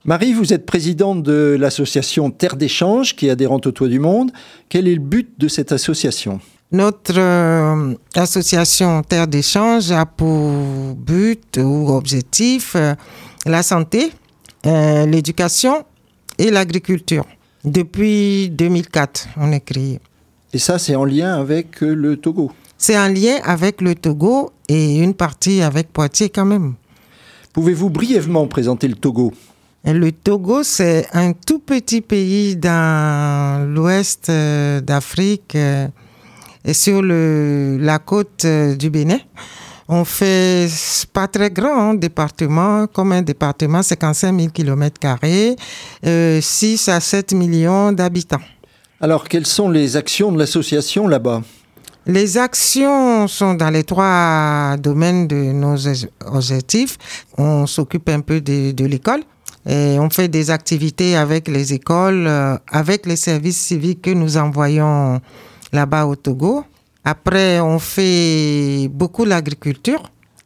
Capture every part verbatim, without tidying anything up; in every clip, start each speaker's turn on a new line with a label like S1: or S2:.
S1: Marie, vous êtes présidente de l'association Terre d'échange qui est adhérente au Toit du Monde. Quel est le but de cette association ?
S2: Notre euh, association Terre d'échange a pour but ou objectif euh, la santé, euh, l'éducation et l'agriculture. Depuis deux mille quatre, on est créé.
S1: Et ça, c'est en lien avec euh, le Togo ?
S2: C'est en lien avec le Togo et une partie avec Poitiers quand même.
S1: Pouvez-vous brièvement présenter le Togo ?
S2: Le Togo, c'est un tout petit pays dans l'ouest euh, d'Afrique euh, et sur le, la côte euh, du Bénin. On fait pas très grand hein, département, comme un département, cinquante-cinq mille kilomètres carrés, euh, six à sept millions d'habitants.
S1: Alors, quelles sont les actions de l'association là-bas ?
S2: Les actions sont dans les trois domaines de nos objectifs. On s'occupe un peu de, de l'école. Et on fait des activités avec les écoles, euh, avec les services civiques que nous envoyons là-bas au Togo. Après, on fait beaucoup l'agriculture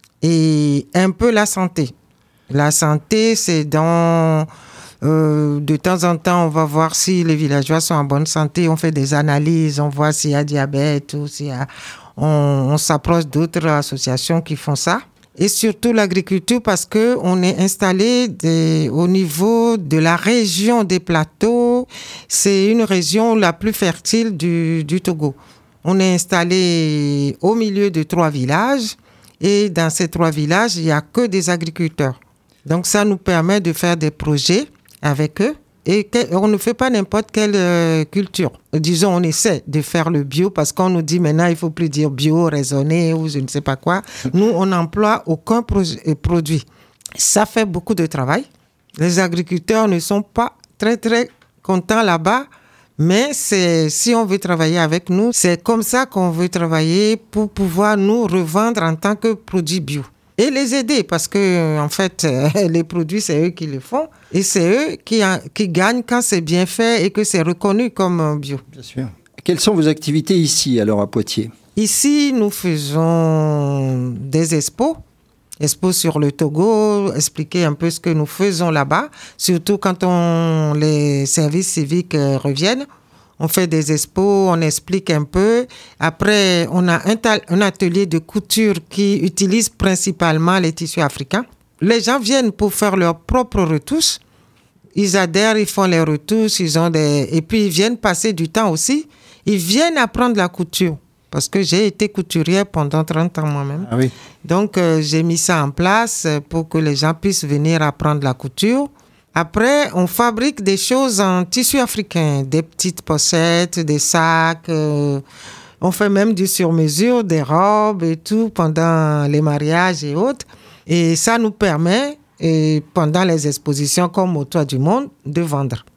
S2: et un peu la santé. La santé, c'est dans... Euh, de temps en temps, on va voir si les villageois sont en bonne santé. On fait des analyses, on voit s'il y a diabète ou s'il y a... On, on s'approche d'autres associations qui font ça. Et surtout l'agriculture parce qu'on est installé des, au niveau de la région des plateaux. C'est une région la plus fertile du, du Togo. On est installé au milieu de trois villages et dans ces trois villages, il n'y a que des agriculteurs. Donc ça nous permet de faire des projets avec eux. Et on ne fait pas n'importe quelle euh, culture. Disons, on essaie de faire le bio parce qu'on nous dit maintenant, il ne faut plus dire bio, raisonné ou je ne sais pas quoi. Nous, on n'emploie aucun pro- produit. Ça fait beaucoup de travail. Les agriculteurs ne sont pas très, très contents là-bas. Mais c'est, si on veut travailler avec nous, c'est comme ça qu'on veut travailler pour pouvoir nous revendre en tant que produit bio. Et les aider parce que en fait les produits c'est eux qui les font et c'est eux qui, qui gagnent quand c'est bien fait et que c'est reconnu comme bio.
S1: Bien sûr. Quelles sont vos activités ici alors à Poitiers ?
S2: Ici nous faisons des expos, expos sur le Togo, expliquer un peu ce que nous faisons là-bas, surtout quand on, les services civiques reviennent. On fait des expos, on explique un peu. Après, on a un, ta- un atelier de couture qui utilise principalement les tissus africains. Les gens viennent pour faire leurs propres retouches. Ils adhèrent, ils font les retouches, ils ont des... et puis ils viennent passer du temps aussi. Ils viennent apprendre la couture. Parce que j'ai été couturière pendant trente ans moi-même.
S1: Ah oui.
S2: Donc, euh, j'ai mis ça en place pour que les gens puissent venir apprendre la couture. Après, on fabrique des choses en tissu africain, des petites pochettes, des sacs. Euh, on fait même du sur-mesure, des robes et tout pendant les mariages et autres. Et ça nous permet, et pendant les expositions comme au Toit du Monde, de vendre.